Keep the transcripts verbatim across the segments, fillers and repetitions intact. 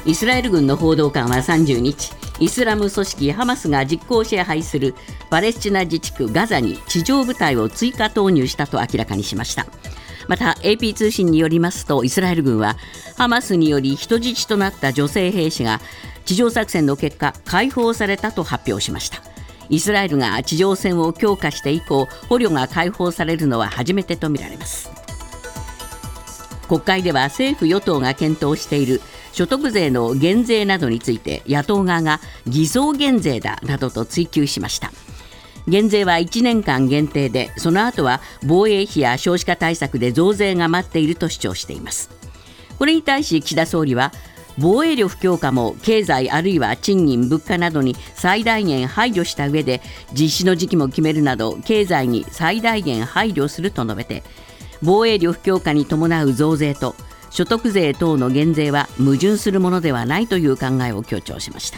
イスラエル軍の報道官はさんじゅうにち、イスラム組織ハマスが実効支配するパレスチナ自治区ガザに地上部隊を追加投入したと明らかにしました。また エーピー 通信によりますと、イスラエル軍はハマスにより人質となった女性兵士が地上作戦の結果解放されたと発表しました。イスラエルが地上戦を強化して以降、捕虜が解放されるのは初めてとみられます。国会では政府与党が検討している所得税の減税などについて、野党側が偽装減税だなどと追及しました。減税はいちねんかん限定で、その後は防衛費や少子化対策で増税が待っていると主張しています。これに対し岸田総理は、防衛力強化も経済あるいは賃金物価などに最大限配慮した上で、実施の時期も決めるなど経済に最大限配慮すると述べて、防衛力強化に伴う増税と所得税等の減税は矛盾するものではないという考えを強調しました。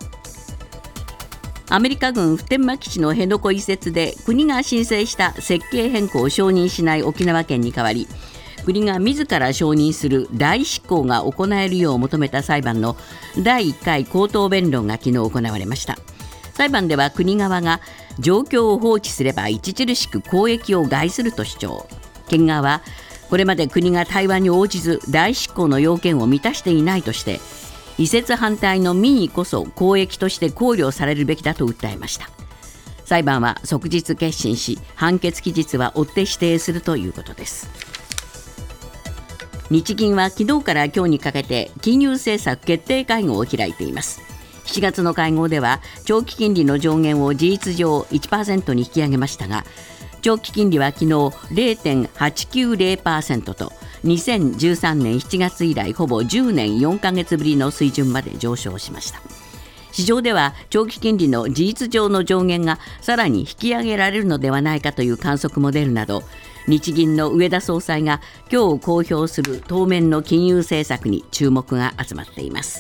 アメリカ軍普天間基地の辺野古移設で国が申請した設計変更を承認しない沖縄県に代わり、国が自ら承認する代執行が行えるよう求めた裁判のだいいっかい口頭弁論が昨日行われました。裁判では国側が状況を放置すれば著しく公益を害すると主張。県側はこれまで国が対話に応じず代執行の要件を満たしていないとして、移設反対の民意こそ公益として考慮されるべきだと訴えました。裁判は即日結審し、判決期日は追って指定するということです。日銀は昨日から今日にかけて金融政策決定会合を開いています。しちがつの会合では長期金利の上限を事実上 いちパーセント に引き上げましたが、長期金利は昨日 ゼロてんはちきゅうゼロパーセント とにせんじゅうさんねんしちがつ以来ほぼじゅうねんよんかげつぶりの水準まで上昇しました。市場では長期金利の事実上の上限がさらに引き上げられるのではないかという観測も出るなど、日銀の植田総裁が今日公表する当面の金融政策に注目が集まっています。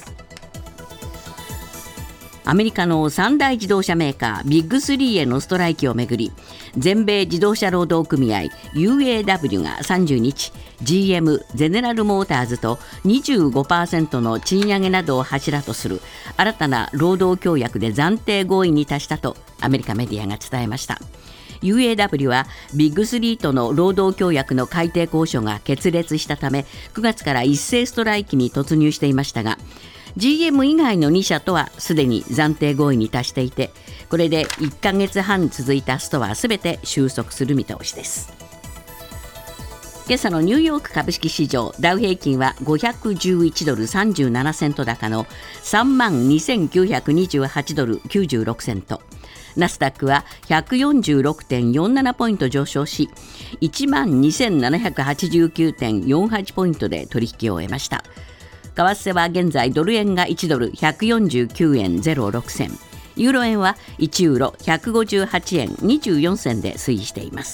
アメリカの三大自動車メーカービッグスリーへのストライキをめぐり、全米自動車労働組合 ユーエーダブリュー がさんじゅうにち ジーエム ゼネラルモーターズと にじゅうごパーセント の賃上げなどを柱とする新たな労働協約で暫定合意に達したとアメリカメディアが伝えました。 ユーエーダブリュー はビッグスリーとの労働協約の改定交渉が決裂したため、くがつから一斉ストライキに突入していましたが、ジーエム 以外のにしゃとはすでに暫定合意に達していて、これでいっかげつはん続いたストはすべて収束する見通しです。今朝のニューヨーク株式市場、ダウ平均はごひゃくじゅういちドルさんじゅうななセント高の さんまんにせんきゅうひゃくにじゅうはちドルきゅうじゅうろくセント、ナスダックは ひゃくよんじゅうろくてんよんなな ポイント上昇し いちまんにせんななひゃくはちじゅうきゅうてんよんはち ポイントで取引を終えました。為替は現在ドル円がいちドルひゃくよんじゅうきゅうえんゼロろくせん、ユーロ円はいちユーロひゃくごじゅうはちえんにじゅうよんせんで推移しています。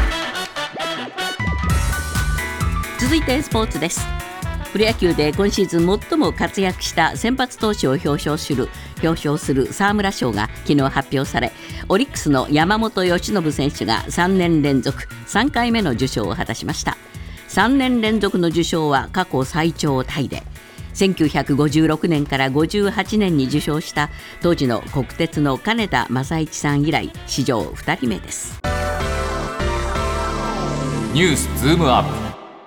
続いてスポーツです。プロ野球で今シーズン最も活躍した先発投手を表彰する表彰する沢村賞が昨日発表され、オリックスの山本由伸選手がさんねんれんぞくさんかいめの受賞を果たしました。さんねんれんぞくの受賞は過去最長タイで、せんきゅうひゃくごじゅうろくねんからごじゅうはちねんに受賞した当時の国鉄の金田正一さん以来史上ふたりめです。 ニュースズームアップ。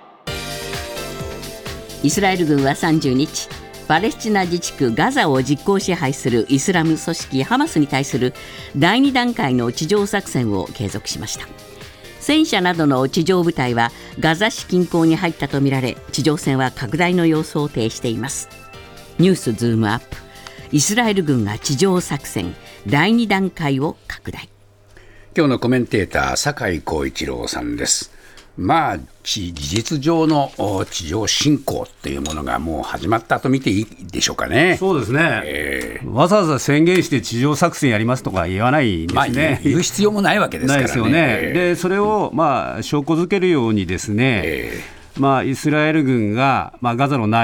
イスラエル軍はさんじゅうにち、パレスチナ自治区ガザを実効支配するイスラム組織ハマスに対するだいにだんかいの地上作戦を継続しました。戦車などの地上部隊はガザ市近郊に入ったとみられ、地上戦は拡大の様相を呈しています。ニュースズームアップ。イスラエル軍が地上作戦だいにだんかいを拡大。 今日のコメンテーター酒井光一郎さんです。まあ事実上の地上侵攻というものがもう始まったと見ていいでしょうかね。 そうですね、えー、わざわざ宣言して地上作戦やりますとか言わないんですね、まあ、 言う必要もないわけですからね。 ないですよね、えー、でそれをまあ証拠づけるようにですね、えーまあ、イスラエル軍が、まあ、ガザの内部、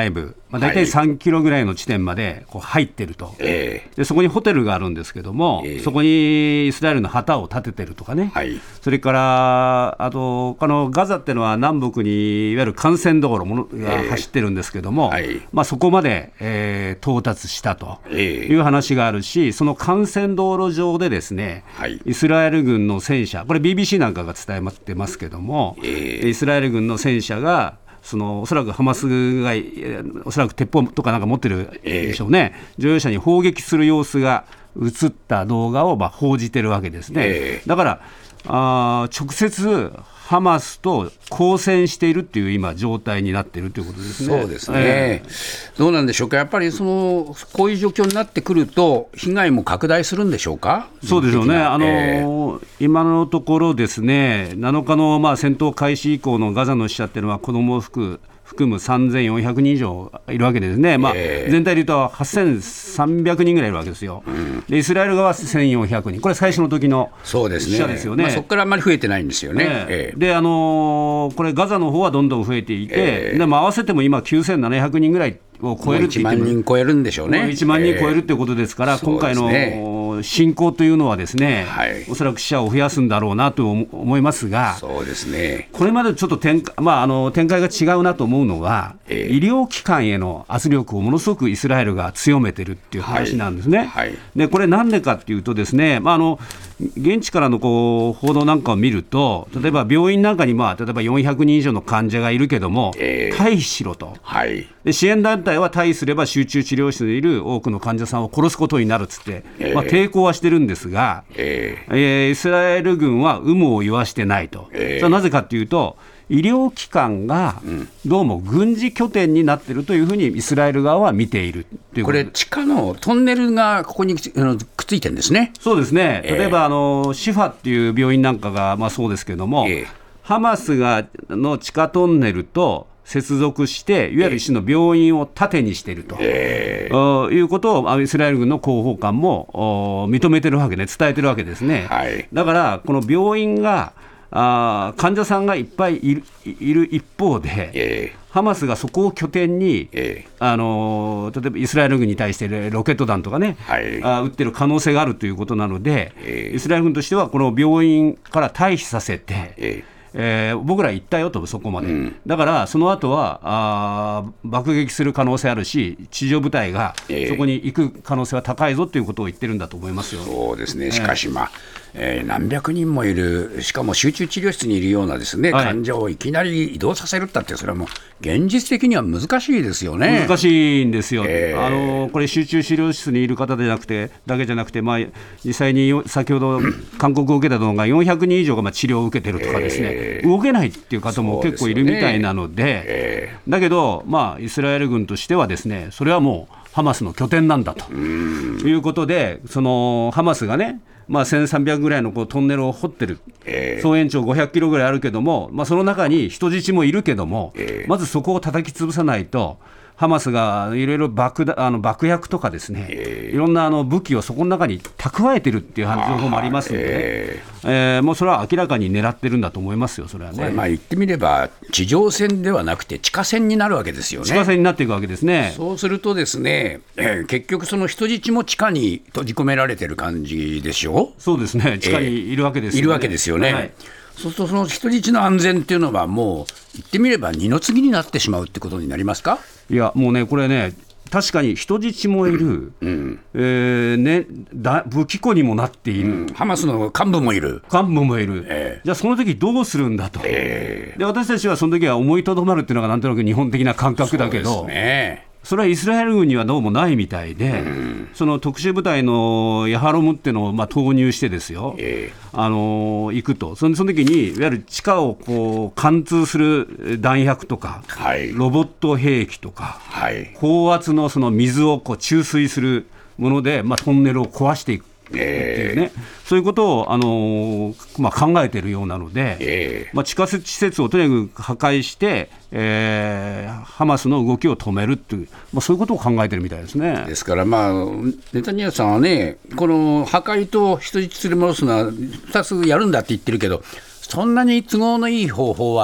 まあ、大体さんキロぐらいの地点までこう入ってると、 えでそこにホテルがあるんですけども、 ええそこにイスラエルの旗を立ててるとかね、 はいそれからあとこのガザっていうのは南北にいわゆる幹線道路ものが走ってるんですけども、 ええはいまあ、そこまで、えー到達したとええいう話があるし、その幹線道路上でですね、 はいイスラエル軍の戦車、これ ビービーシー なんかが伝えてますけども、 ええイスラエル軍の戦車がそのおそらくハマスがえーおそらく鉄砲とかなんか持ってるでしょうね、乗用車に砲撃する様子が映った動画をまあ報じてるわけですね、 ええだからあ直接ハマスと交戦しているっていう今状態になっているということですね。 そうですね、 えどうなんでしょうか、やっぱりそのこういう状況になってくると、被害も拡大するんでしょうか。 そうでしょうね、あのえー今のところですね、なのかのまあ戦闘開始以降のガザの死者っていうのは子どもを含む含むさんぜんよんひゃくにん以上いるわけですね、まあええ全体でいうとはっせんさんびゃくにんぐらいいるわけですよ、でイスラエル側はせんよんひゃくにん、これ最初の時のそうですね、 死者ですよね。 まあ、そこからあんまり増えてないんですよね、 ねええであのーこれガザの方はどんどん増えていて、 ええでも合わせても今きゅうせんななひゃくにんぐらいを超えるっていち言ってもまんにん超えるんでしょうね。 いちまんにん超えるってことですから、 ええ今回そうですの侵攻というのはですね、 はいおそらく死者を増やすんだろうなと思いますが、 そうですね、 これまでとちょっと展開、まあ、あの展開が違うなと思うのは、 ええ医療機関への圧力をものすごくイスラエルが強めてるっていう話なんですね。 はいはいでこれなんでかっていうとですね、まあ、あの現地からのこう報道なんかを見ると、例えば病院なんかに、まあ、例えばよんひゃくにん以上の患者がいるけども、 ええ退避しろと。 はいで支援団体は退避すれば集中治療室にいる多くの患者さんを殺すことになるっつって、 ええまあ、抵抗はしてるんですが、 ええーイスラエル軍は有無を言わしてないと、 ええそれはなぜかというと、医療機関がどうも軍事拠点になっているというふうにイスラエル側は見ているというこことでれ、地下のトンネルがここにあのくっついてるんですね。 そうですね、 ええ例えばあのシファっていう病院なんかが、まあ、そうですけども、 ええハマスがの地下トンネルと接続して、いわゆる一種の病院を盾にしていると、 えおいうことをあイスラエル軍の広報官もお認めてるわけね、伝えてるわけですね。 はいだからこの病院があ患者さんがいっぱいいる、いる一方で、 えハマスがそこを拠点に、 えあの例えばイスラエル軍に対してロケット弾とかね、 はいあ撃ってる可能性があるということなので、 ええイスラエル軍としてはこの病院から退避させて、 ええー僕ら行ったよと、そこまで、だからその後はあー爆撃する可能性あるし、地上部隊がええそこに行く可能性は高いぞということを言ってるんだと思いますよ。 そうですね、しかし、まあえー何百人もいる、しかも集中治療室にいるようなですね、 はい患者をいきなり移動させるったって、それはもう現実的には難しいですよね。 難しいんですよ、 ええあのこれ、集中治療室にいる方でなくてだけじゃなくて、まあ、実際によ先ほど勧告を受けたのがよんひゃくにん以上がまあ治療を受けてるとかですね、 ええ動けないっていう方も結構いるみたいなので、 えだけど、まあ、イスラエル軍としてはですね、それはもうハマスの拠点なんだということで、そのハマスがね、まあ、せんさんびゃくぐらいのこうトンネルを掘ってる、 ええ総延長ごひゃくキロぐらいあるけども、まあ、その中に人質もいるけども、 ええまずそこを叩き潰さないと、ハマスがいろいろ爆弾あの爆薬とかですね、 えいろんなあの武器をそこの中に蓄えてるっていう情報もありますのでね、 ええーもうそれは明らかに狙ってるんだと思いますよ、それはこれ、 ね。 まあ言ってみれば、地上戦ではなくて地下戦になるわけですよね。 地下戦になっていくわけですね。 そうするとですね、えー結局、その人質も地下に閉じ込められてる感じでしょ。 そうですね、地下にいるわけですよね。 いるわけですよね。 はいそうすると、その人質の安全っていうのは、もう言ってみれば二の次になってしまうってことになりますか。 いや、もうね、これね、確かに人質もいる、えーね、だ武器庫にもなっている、 ハマスの幹部もいる。 幹部もいる、 ええじゃあ、その時どうするんだと、 えで私たちはその時は思いとどまるっていうのがなんとなく日本的な感覚だけど、 そうですね。 それはイスラエル軍にはどうもないみたいで、その特殊部隊のヤハロムっていうのをまあ投入してですよ、 えあのー行くと、そのその時にいわゆる地下をこう貫通する弾薬とか、 はいロボット兵器とか、 はい高圧のその水をこう注水するもので、まあ、トンネルを壊していくっていうね、そういうことを、あのーまあ、考えているようなので、 えまあ、地下施設をとにかく破壊して、えーハマスの動きを止めるっていう、まあ、そういうことを考えてるみたいですね。 ですから、まあ、ネタニヤフさんはね、この破壊と人質連れ戻すのはふたつやるんだって言ってるけど、そんなに都合のいい方法は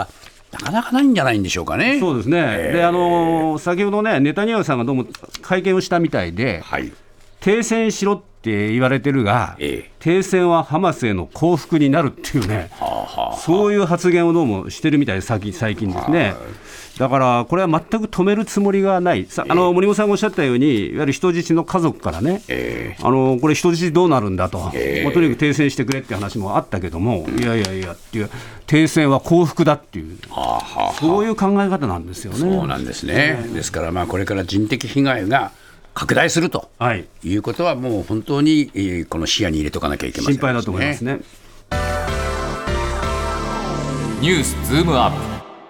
なかなかないんじゃないんでしょうかね。 そうですね、えー、であのー、先ほどね、ネタニヤフさんがどうも会見をしたみたいで、はい、停戦しろって言われてるが、えー、停戦はハマスへの降伏になるっていうね、はあはあ、そういう発言をどうもしてるみたいです、最近ですね。だからこれは全く止めるつもりがないさ、あの森本さんがおっしゃったように、いわゆる人質の家族からね、えー、あのこれ人質どうなるんだと、えーまあ、とにかく停戦してくれって話もあったけども、うん、いやいやいやっていう、停戦は降伏だっていう、はあはあ、そういう考え方なんですよね。 そうなんですね、えー、ですからまあこれから人的被害が拡大すると、はい、いうことはもう本当に、えー、この視野に入れておかなきゃいけません、ね、 心配だと思いますね。 ニュースズームアップ。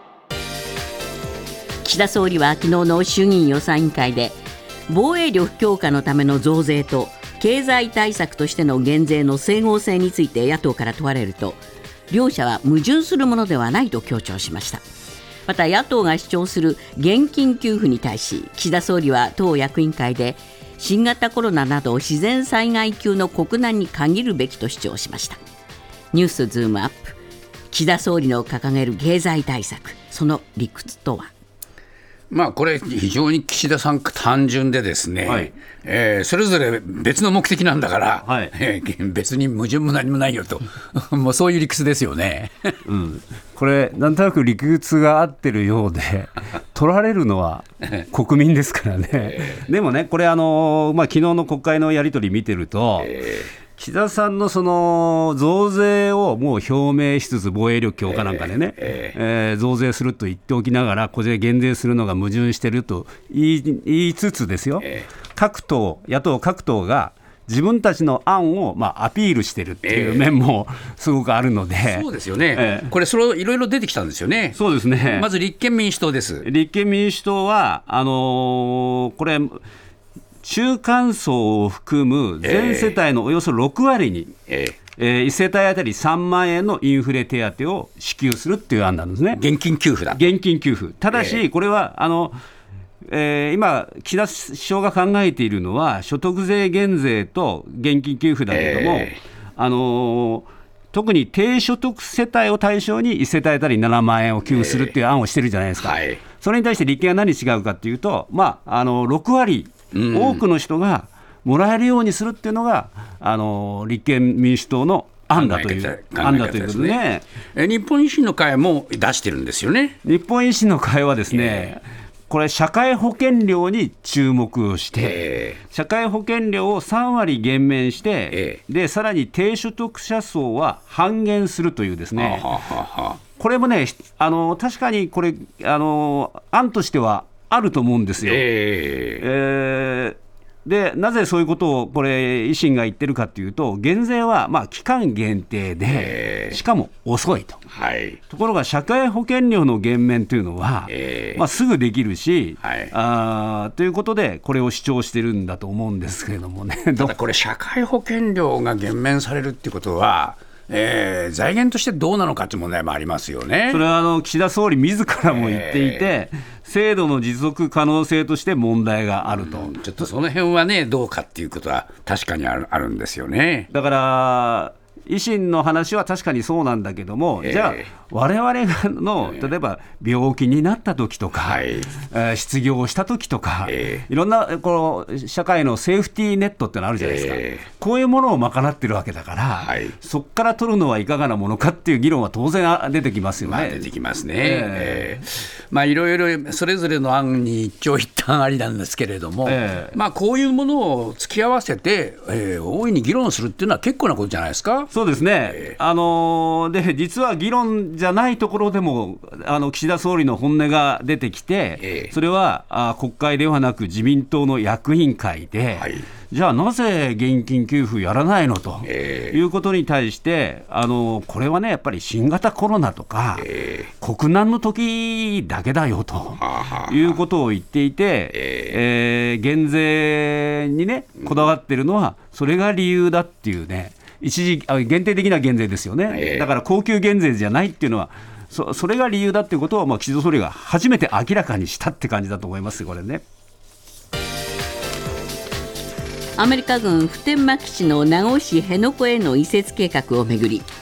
岸田総理は昨日の衆議院予算委員会で、防衛力強化のための増税と経済対策としての減税の整合性について野党から問われると、両者は矛盾するものではないと強調しました。また野党が主張する現金給付に対し、岸田総理は党役員会で、新型コロナなど自然災害級の国難に限るべきと主張しました。ニュースズームアップ。岸田総理の掲げる経済対策、その理屈とは。 まあ、これ非常に岸田さん単純でですね、はい、えー、それぞれ別の目的なんだから、はい、えー、別に矛盾も何もないよともうそういう理屈ですよね、 うん、これなんとなく理屈が合ってるようで取られるのは国民ですからね、えー、でもねこれあの、まあ、昨日の国会のやり取り見てると、えー岸田さんのその増税をもう表明しつつ、防衛力強化なんかでね、えーえー、増税すると言っておきながら、これで減税するのが矛盾してると言い、言いつつですよ、えー、各党、野党各党が自分たちの案をまあアピールしてるっていう面もすごくあるので、えー、そうですよね、えー、これ、それいろいろ出てきたんですよね。 そうですね。 まず立憲民主党です。 立憲民主党はあのー、これ中間層を含む全世帯のおよそろくわりに、えーえー、いち世帯当たりさんまんえんのインフレ手当を支給するっていう案なんですね。 現金給付だ。 現金給付。ただし、これはあの、えー、今、岸田首相が考えているのは、所得税減税と現金給付だけども、えーあのー、特に低所得世帯を対象にいち世帯当たりななまんえんを給付するっていう案をしてるじゃないですか、えーはい、それに対して立憲は何違うかっていうと、まあ、あのろくわり、うん、多くの人がもらえるようにするっていうのがあの立憲民主党の案だという案だということで、ね、 え日本維新の会も出してるんですよね。 日本維新の会はですね、えー、これ社会保険料に注目をして、えー、社会保険料をさんわり減免して、えー、でさらに低所得者層は半減するというですね、はははこれもねあの確かにこれあの案としてはあると思うんですよ、えーえー、でなぜそういうことをこれ維新が言ってるかというと、減税はまあ期間限定で、えー、しかも遅いと、はい、ところが社会保険料の減免というのは、えーまあ、すぐできるし、はい、あということでこれを主張してるんだと思うんですけれどもね。 ただこれ社会保険料が減免されるっていうことは、えー、財源としてどうなのかという問題もありますよね。 それはあの岸田総理自らも言っていて、えー、制度の持続可能性として問題があると、 うん、ちょっとその辺はねどうかっていうことは確かにある、あるんですよね。 だから維新の話は確かにそうなんだけども、えー、じゃあ我々の例えば病気になった時とか、はい、えー、失業した時とか、えー、いろんなこの社会のセーフティーネットってのあるじゃないですか、えー、こういうものを賄ってるわけだから、はい、そこから取るのはいかがなものかっていう議論は当然出てきますよね。 まあ、出てきますね、えーえーまあ、いろいろそれぞれの案に一長一短ありなんですけれども、えーまあ、こういうものを付き合わせて、えー、大いに議論するっていうのは結構なことじゃないですか。 そうですね、えーあのー、で実は議論じゃないところでもあの岸田総理の本音が出てきて、えー、それはあ国会ではなく自民党の役員会で、はい、じゃあなぜ現金給付やらないのと、えー、いうことに対してあのこれはねやっぱり新型コロナとか、えー、国難の時だけだよということを言っていて、えーえー、減税にねこだわってるのはそれが理由だっていうね、一時あ限定的な減税ですよね、えー、だから高級減税じゃないっていうのは そ, それが理由だっていうことを、まあ、岸田総理が初めて明らかにしたって感じだと思いますこれね。 アメリカ軍普天間基地の名護市辺野古への移設計画をめぐり、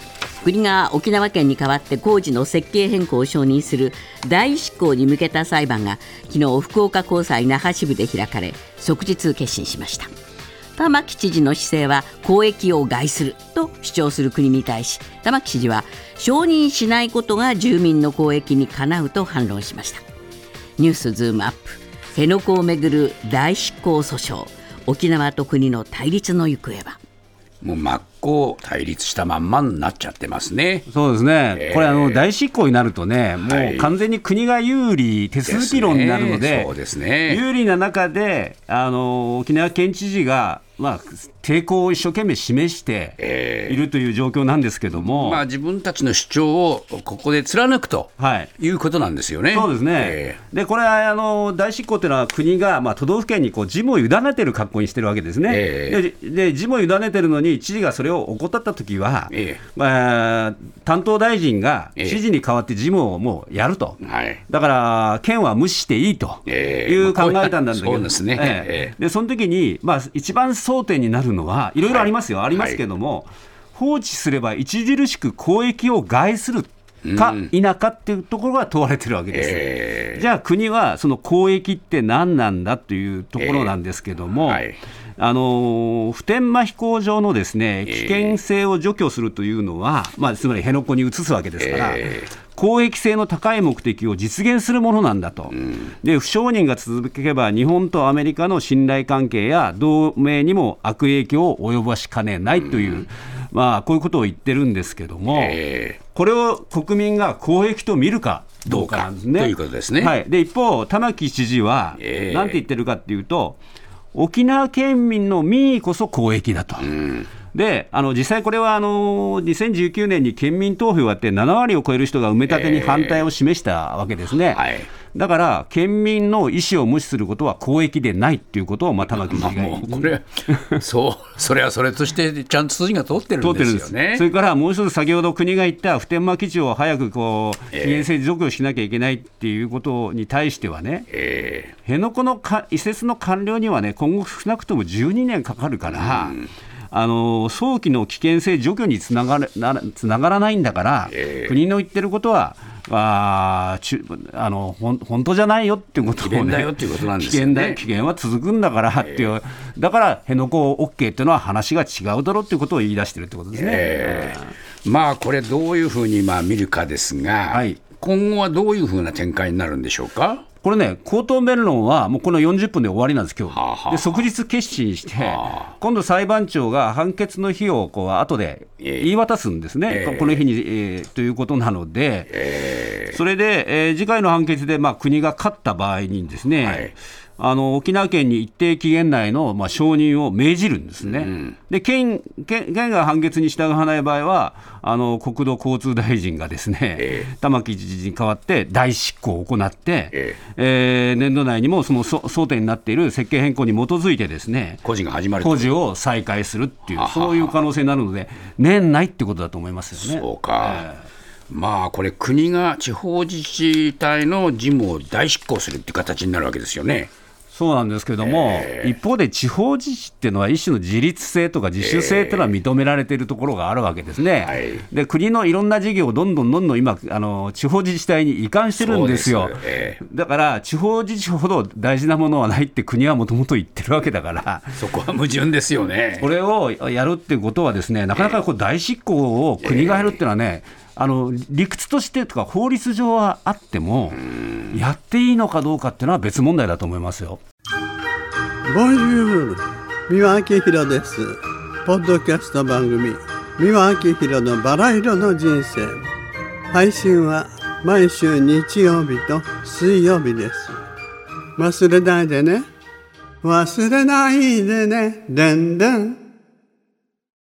国が沖縄県に代わって工事の設計変更を承認する代執行に向けた裁判が昨日福岡高裁那覇支部で開かれ、即日結審しました。玉城知事の姿勢は公益を害すると主張する国に対し、玉城知事は承認しないことが住民の公益にかなうと反論しました。ニュースズームアップ、辺野古をめぐる代執行訴訟、沖縄と国の対立の行方は。 もう真っ向対立したまんまになっちゃってますね。 そうですね、 えー、 これあの大執行になるとね、もう完全に国が有利、手続き論になるので、 そうですね、 有利な中であの沖縄県知事が、まあ、抵抗を一生懸命示しているという状況なんですけども、 えーまあ、自分たちの主張をここで貫くということなんですよね。 そうですね、えー、でこれはあの大執行というのは国が、まあ、都道府県にこう事務を委ねている格好にしてるわけですね、えー、で, で事務を委ねているのに知事がそれを怠ったときは、えーまあ、担当大臣が知事に代わって事務をもうやると、えー、だから県は無視していいという考えたんだけど、 そうですね、 えー、でその時に、まあ、一番争点になるのはいろいろありますよ、はい、ありますけども、はい、放置すれば著しく公益を害するか否かっていうところが問われてるわけです、えー、じゃあ国はその公益って何なんだというところなんですけども、えーはいあの普天間飛行場のですね危険性を除去するというのは、まあ、つまり辺野古に移すわけですから、えー、公益性の高い目的を実現するものなんだと、うん、で不承認が続けば日本とアメリカの信頼関係や同盟にも悪影響を及ぼしかねないという、うんまあ、こういうことを言ってるんですけども、えー、これを国民が公益と見るかどうかなんですね。 ということですね、 はい、で一方玉城知事は何て言ってるかっていうと、沖縄県民の民意こそ公益だと、うん、であの実際これはあのにせんじゅうきゅうねんに県民投票をやってななわりを超える人が埋め立てに反対を示したわけですね、えーはい、だから県民の意思を無視することは公益でないということを、まあ、玉城知事が言う、まあ、もうこれそうそれはそれとしてちゃんと筋が通ってるんですよね。 それからもう一つ先ほど国が言った普天間基地を早くこう期限性除去しなきゃいけないっていうことに対してはね、えー、辺野古のか移設の完了にはね今後少なくともじゅうにねんかかるから、うんあの早期の危険性除去につながるなつながらないんだから、えー、国の言ってることはああのほん本当じゃないよっていうことを、ね、 危険だよっていうことなんですよね。 危険だ、危険は続くんだからっていう、えー、だから辺野古 OK っていうのは話が違うだろうっていうことを言い出してるってことですね、 えー、まあこれどういうふうにまあ見るかですが、はい、今後はどういうふうな展開になるんでしょうか。 これね、口頭弁論はもうこのよんじゅっぷんで終わりなんです、今日。はあはあ、で即日結審して、はあ、今度裁判長が判決の日をこう後で言い渡すんですね、えー、この日に、えー、ということなので、えー、それで、えー、次回の判決で、まあ、国が勝った場合にですね、はいあの沖縄県に一定期限内の、まあ、承認を命じるんですね、うん、で 県, 県, 県が判決に従わない場合はあの国土交通大臣がですね、えー、玉城知事に代わって代執行を行って、えーえー、年度内にもその争点になっている設計変更に基づいてですね工事が始まる工事を再開するっていうそういう可能性になるので年内ってことだと思いますよね。 そうか、えーまあ、これ国が地方自治体の事務を代執行するっていう形になるわけですよね。 そうなんですけども、えー、一方で地方自治っていうのは一種の自立性とか自主性っていうのは認められているところがあるわけですね、えーはい、で国のいろんな事業をどんどんどんどん今あの地方自治体に移管してるんですよ。です、えー、だから地方自治ほど大事なものはないって国はもともと言ってるわけだからそこは矛盾ですよね。 これをやるっていうことはですねなかなかこう大執行を国がやるっていうのはね、えーあの理屈としてとか法律上はあってもやっていいのかどうかっていうのは別問題だと思いますよ。 ボンジュール、三輪明宏です。ポッドキャスト番組三輪明宏のバラ色の人生、配信は毎週日曜日と水曜日です。忘れないでね、忘れないでね、でんでん。